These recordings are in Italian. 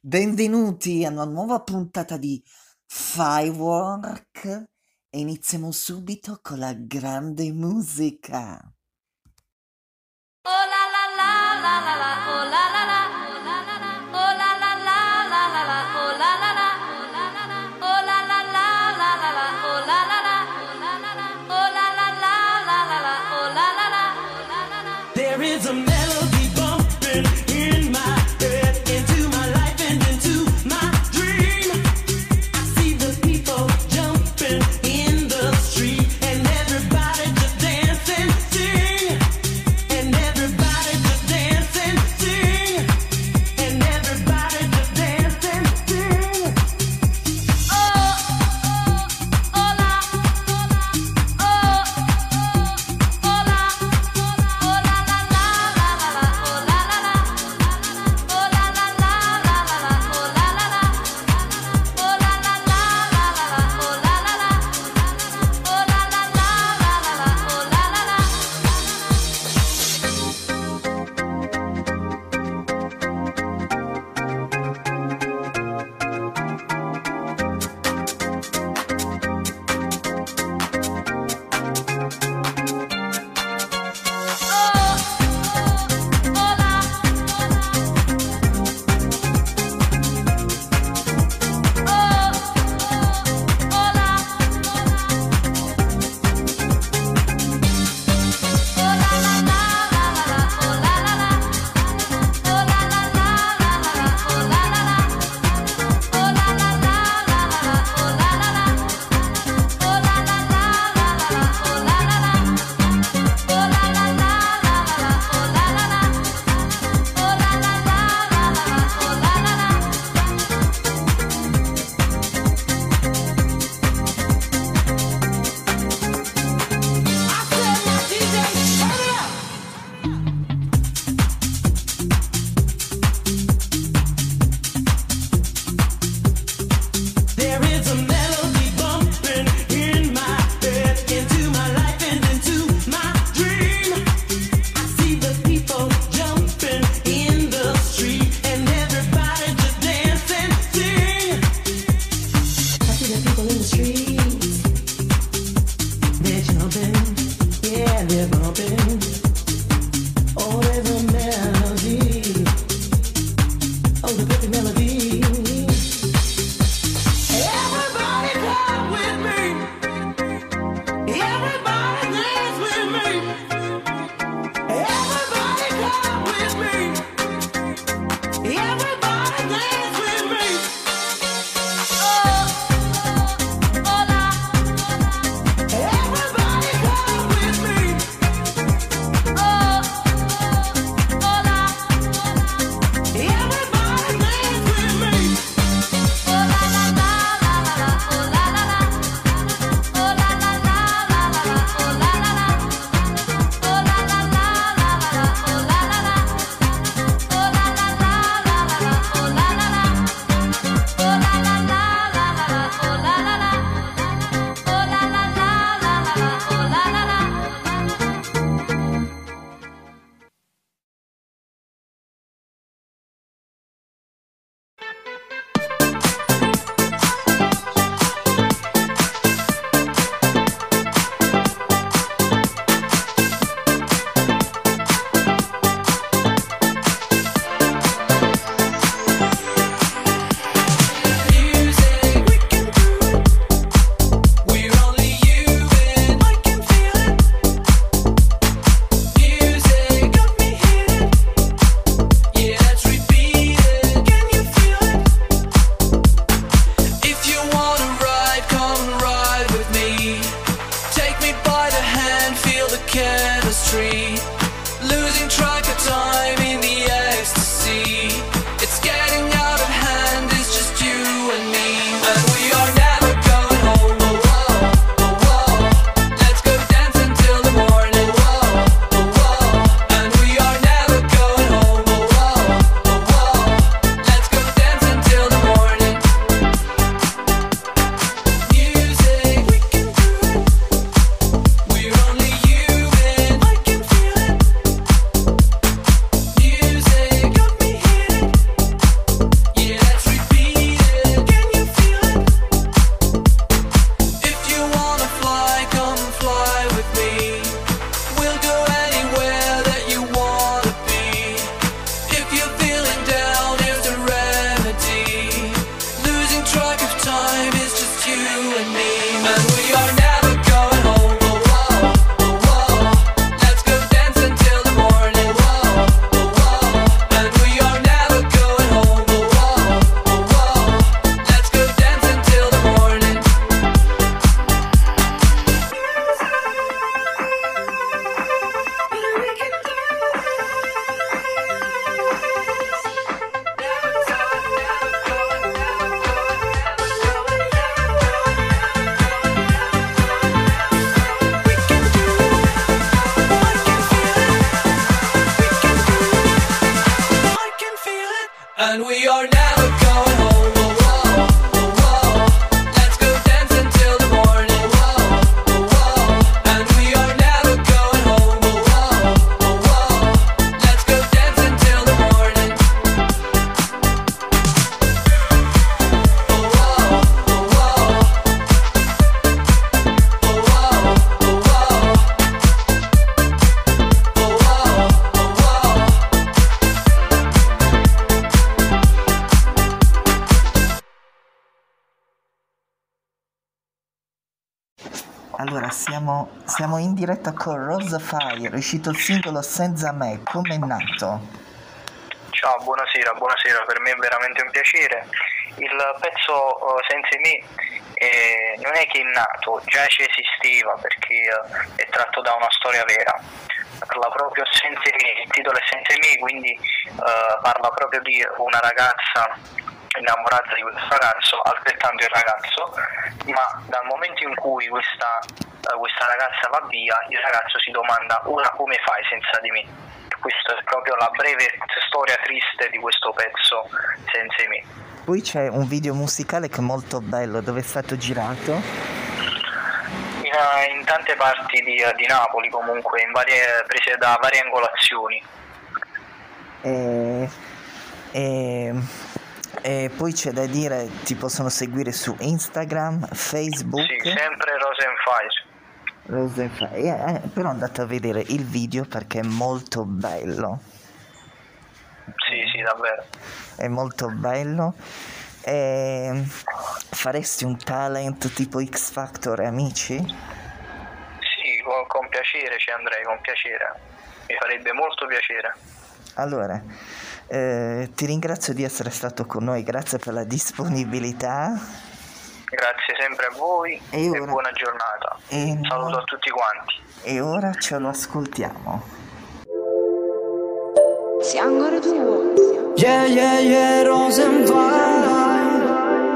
Benvenuti a una nuova puntata di Firework e iniziamo subito con la grande musica. Oh la la la la la la, oh la la la, oh la la la, oh la la la la la la, oh la la la, oh la la la la la la, oh la la la, oh la la la la la la, oh la la la. There is a melody bumping in my head, into my life and into my dream. I see the people jumping in the street and everybody just dance and sing. And everybody just dance and sing. And everybody just dance and sing. Oh oh oh la, oh oh la, oh la la la la la la, oh la la la, oh la la la la la la, oh la la la, oh la la la la la la, oh la la la, oh la la la la la la, oh la la la. There is a melody bumping in my head, into my life and into my dream. I see the people jumping in the street and everybody just dance and sing. I see the people in the streets, they're jumping, yeah, they're bumping. Oh, there's a melody, oh, the perfect melody. Everybody come with me. Everybody dance with me. Everybody come with me. Everybody dance with me. Everybody come with me. Everybody dance with me. and we are never going home. Oh, whoa, oh, whoa. Let's go dance until the morning. Whoa, oh, whoa. And we are never going home. Oh, whoa, oh, whoa. Let's go dance until the morning. Oh, whoa, oh, whoa. Oh, whoa, oh, whoa. Oh, whoa, oh, whoa. Allora, siamo in diretta con Rosa Fire, è uscito il singolo Senza Me, come è nato? Ciao, buonasera, per me è veramente un piacere. Il pezzo Senza Me non è che è nato, già ci esisteva perché è tratto da una storia vera. Parla proprio Senza Me, il titolo è Senza Me, quindi parla proprio di una ragazza innamorata di questo ragazzo, altrettanto il ragazzo, ma dal momento in cui questa ragazza va via, il ragazzo si domanda: ora come fai senza di me? Questa è proprio la breve storia triste di questo pezzo Senza Me. Poi c'è un video musicale che è molto bello, dove è stato girato? In tante parti di Napoli, comunque, prese da varie angolazioni. E poi c'è da dire, ti possono seguire su Instagram, Facebook. Sì, sempre Rose and Fire. Però andate a vedere il video perché è molto bello. Sì, davvero. È molto bello. Faresti un talent tipo X Factor e Amici? Sì, con piacere ci andrei, con piacere. Mi farebbe molto piacere. Allora, ti ringrazio di essere stato con noi, grazie per la disponibilità. Grazie sempre a voi E e ora- buona giornata. e Saluto no- a tutti quanti. E ora ce lo ascoltiamo. Se ancora tu Yeah, Rose and Fire.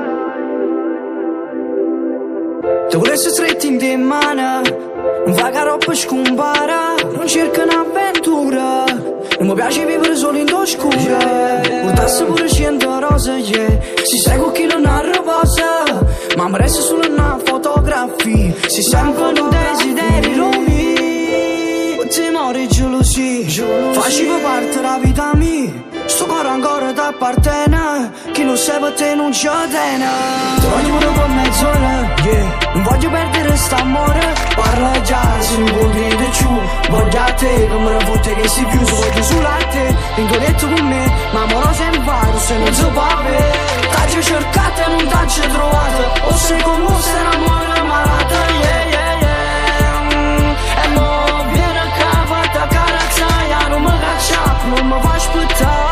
Tu volessi stretti in te mano, non fa che roba scompara, non cerca un'avventura, non mi piace vivere solo in oscura. Portassi pure 100 rose, yeah. Si sai con chi non ha riposa, ma mi resta solo una fotografia. Si sentono desideri romi, timore e gelosia, faceva parte della vita mia. Sto cuore ancora ti appartiene, chi non sa per te non ci tiene. Ti voglio pure per mezz'ora, yeah. Non voglio perdere st'amore, parla già, se mi vuoi di giù. Voglio a te, come una fotte che si chiuso, voglio solo a te. Vengo detto con me, ma amore sempre fare, se non si può avere. T'hai cercato e non t'hai trovato, o se conosci l'amore malata, yeah. E mo viene a cavata, carazzaia, non mi caccia, non mi fa aspettare.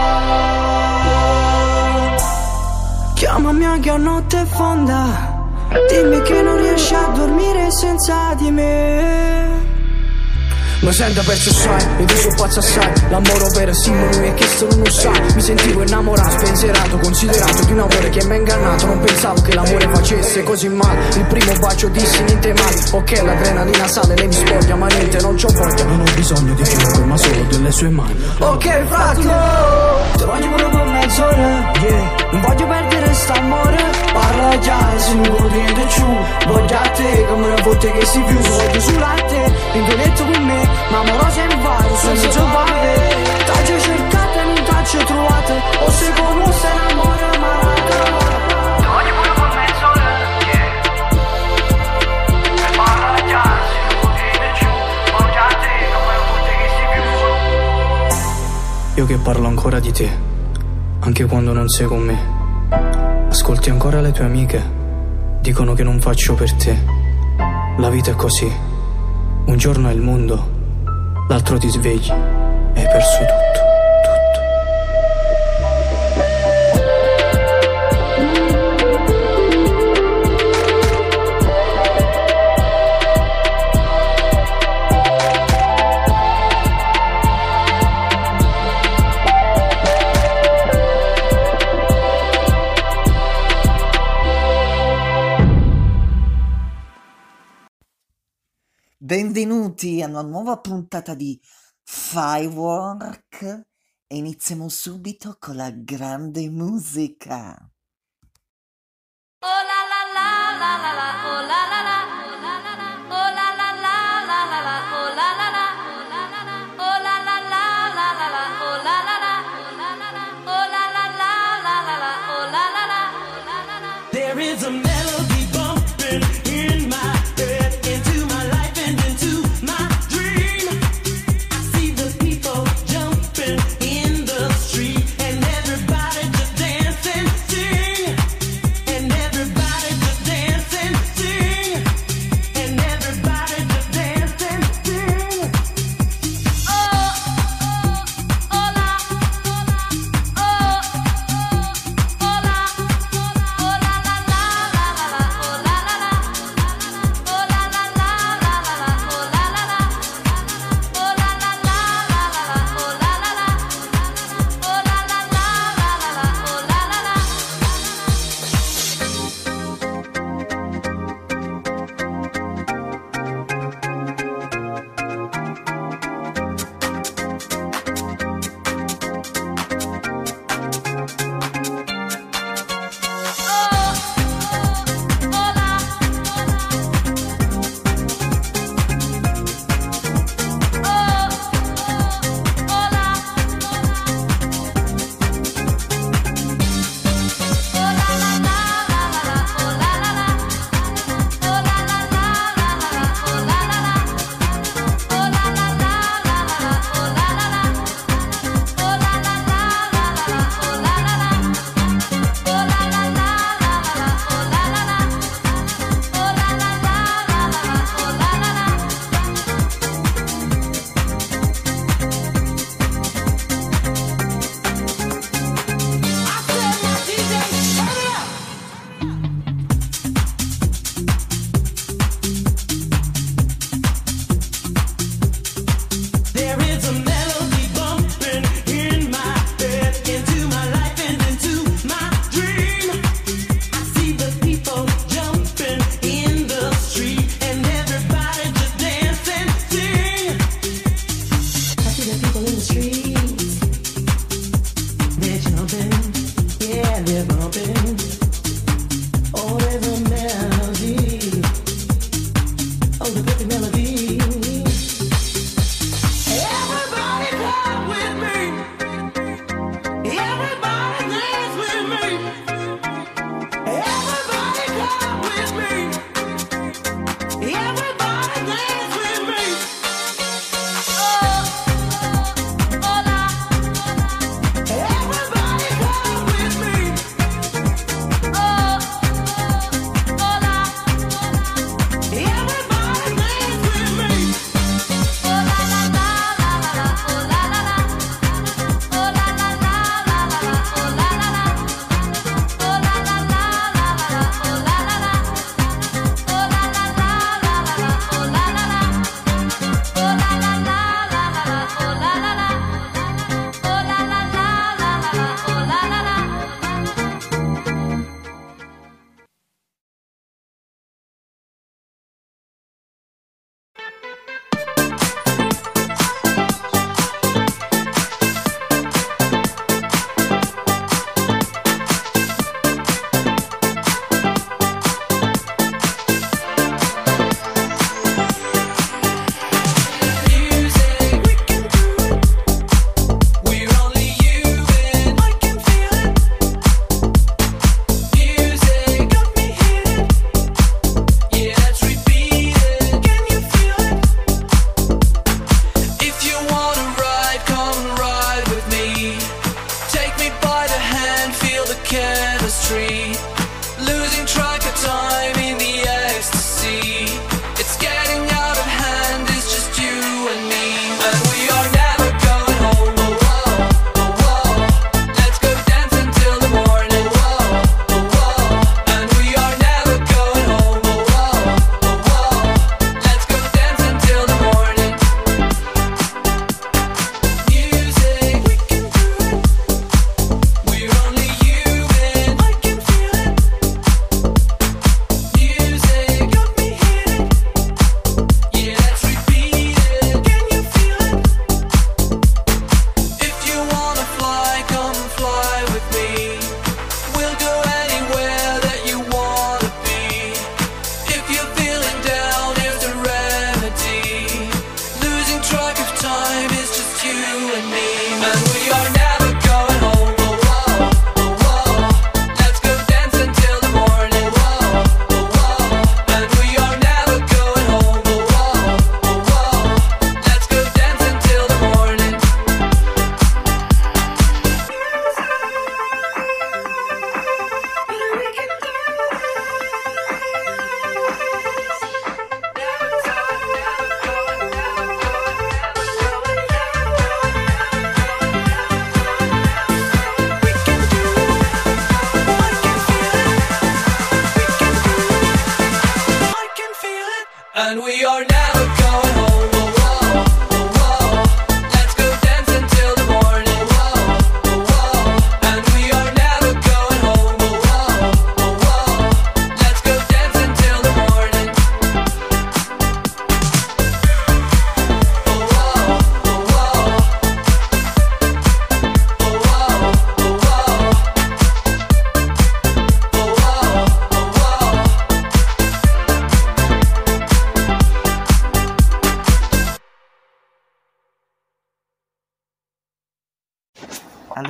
Chiamami anche a notte fonda, dimmi che non riesci a dormire senza di me. Mi sento perso sai, io ti so pazzo assai. L'amore per simile e che tu non sai. Mi sentivo innamorato, spensierato, considerato di un amore che mi ha ingannato. Non pensavo che l'amore facesse così male. Il primo bacio dissi niente male. Ok, l'adrenalina sale, lei mi spoglia, ma niente, non c'ho voglia. Non ho bisogno di chiunque, ma solo delle sue mani. Ok, fratello, te voglio pure per mezz'ora, yeah. Non voglio perdere st'amore, parla già, se non vuoi niente giù. Voglio a te, come una fotte che si chiuso. Voglio solo a te, vengo detto con me, ma amorosa in varo, se non si può avere. T'hai già cercato e non t'hai trovato, o se conosci l'amore malato. Ti voglio pure per mezz'ora, yeah. E parla già, se non vuoi niente giù. Voglio a te, come una fotte che si chiuso. Io che parlo ancora di te, anche quando non sei con me. Ascolti ancora le tue amiche, dicono che non faccio per te. La vita è così, un giorno è il mondo, l'altro ti svegli e hai perso tutto. Benvenuti a una nuova puntata di Firework e iniziamo subito con la grande musica. Oh la la la la la la, oh la la la, oh la la la, oh la la la la la la, oh la la la, oh la la la la la la, oh la la la, oh la la la la la la, oh la la la. There is a melody bumping in my head, into my life and into my dream. I see the people jumping in the street, and everybody just dance and sing. And everybody just dance and sing. And everybody just dance and sing. Oh oh oh la, oh oh la, oh la la la la la la, oh la la la, oh la la la la la la, oh la la la, oh la la la la la la, oh la la la, oh la la la la la la, oh la la la. There is a melody bumping in my head, into my life and into my dream. I see the people jumping in the street, and everybody just dance and sing. I see the people in the streets, they're jumping, yeah, they're bumping. Oh, there's a melody, oh, the perfect melody. Everybody come with me. Everybody dance with me. Everybody come with me. Everybody dance with me. Everybody come with me. Everybody dance with me.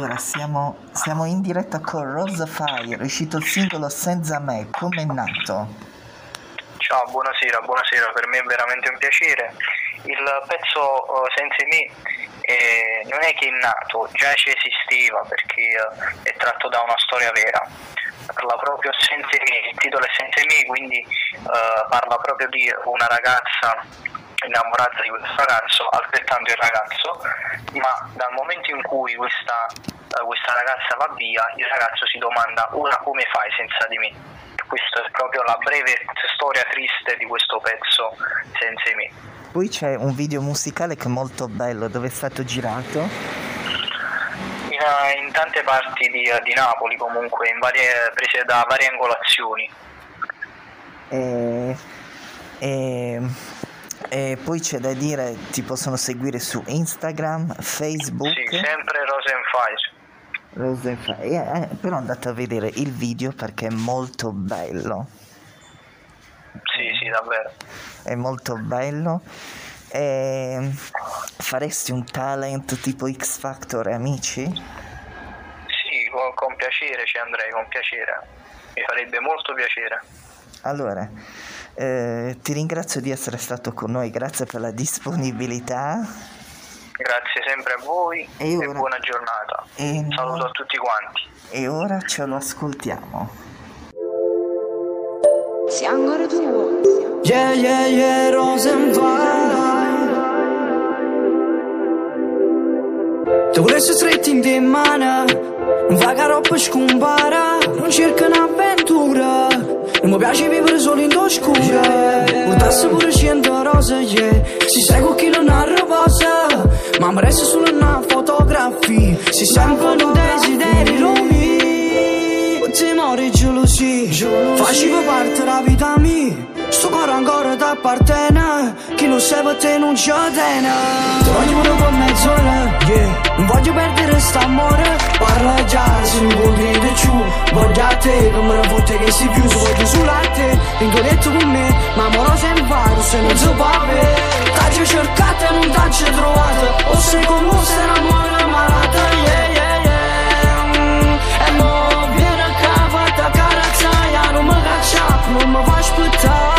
Allora, siamo in diretta con Rose Fire, è uscito il singolo Senza me, come è nato? Ciao, buonasera, per me è veramente un piacere. Il pezzo Senza me non è che è nato, già ci esisteva perché è tratto da una storia vera. Parla proprio Senza me, il titolo è Senza me, quindi parla proprio di una ragazza innamorata di questo ragazzo, altrettanto il ragazzo, ma dal momento in cui questa ragazza va via, il ragazzo si domanda: ora come fai senza di me? Questa è proprio la breve storia triste di questo pezzo Senza me. Poi c'è un video musicale che è molto bello, dove è stato girato? In tante parti di Napoli, comunque, prese da varie angolazioni. E poi c'è da dire, ti possono seguire su Instagram, Facebook. Sì, sempre Rose and Fire. Però andate a vedere il video perché è molto bello. Sì, davvero. È molto bello. Faresti un talent tipo X Factor e Amici? Sì, con piacere ci andrei, con piacere. Mi farebbe molto piacere. Allora, ti ringrazio di essere stato con noi, grazie per la disponibilità. Grazie sempre a voi e buona giornata. Saluto a tutti quanti. E ora ce lo ascoltiamo. Se ancora tu Yeah, Rose and Fire. Te volessi stretti in te mano, non fa che roba scompara, non cerca un'avventura, non mi piace vivere solo in oscura. Portassi pure 100 rose, yeah. Si sai con chi non ha riposa, ma mi resta solo una fotografia. Si sentono desideri rumi, timore e gelosia, faceva parte della vita mia. Sto cuore ancora ti appartiene, chi lo sa per te non ci tiene. Ti voglio pure per mezz'ora, yeah. Non voglio perdere st'amore, parla già, se non vuoi dire più. Voglio a te, come una fotte che si chiuso, voglio solo a te. Vengo detto con me, ma ora se ne va, se non si può avere. T'hai cercato e non t'hai trovato, o se conosci un'amore malata, yeah. E mo viene a capo a ta carazzaia, non mi caccia, non mi fa aspettare.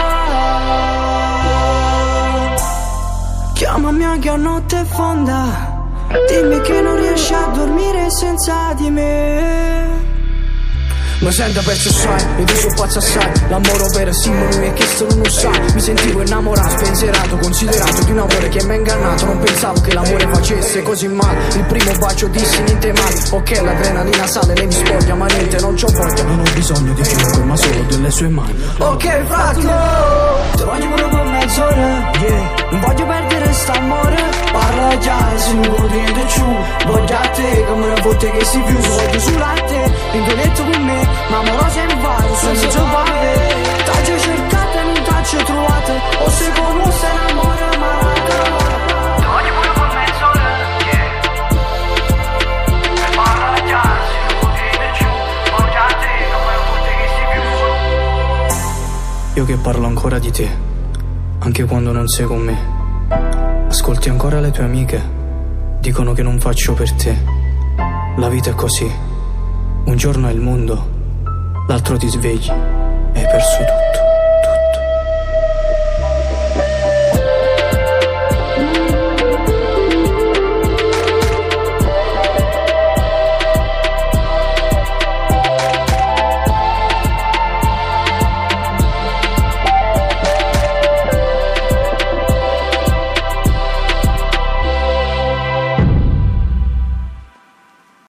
Chiamami anche a notte fonda, dimmi che non riesci a dormire senza di me. Mi sento perso sai, e tu sono pazzo assai. L'amore vero simbolo è che questo non lo sai. Mi sentivo innamorato, spensierato, considerato di un amore che mi ha ingannato. Non pensavo che l'amore facesse così male. Il primo bacio dissi niente male. Ok, l'adrenalina sale, lei mi spoglia, ma niente, non c'ho voglia. Non ho bisogno di chiunque, ma solo delle sue mani. Ok, fratello, ti voglio pure per mezz'ora, yeah. Non voglio perdere st'amore, parla già, se non vuoi niente più. Voglio a te, come una botte che si chiuso, voglio solo a te. Vengo detto con me, ma ora se ne va, se non si può avere. T'hai cercato e non t'hai trovato, o se conosci l'amore malato. Ti voglio pure per mezz'ora, yeah. E parla già, se non vuoi niente più. Voglio a te, come una botte che si chiuso. Io che parlo ancora di te, anche quando non sei con me. Ascolti ancora le tue amiche, dicono che non faccio per te. La vita è così. Un giorno è il mondo, l'altro ti svegli e hai perso tutto.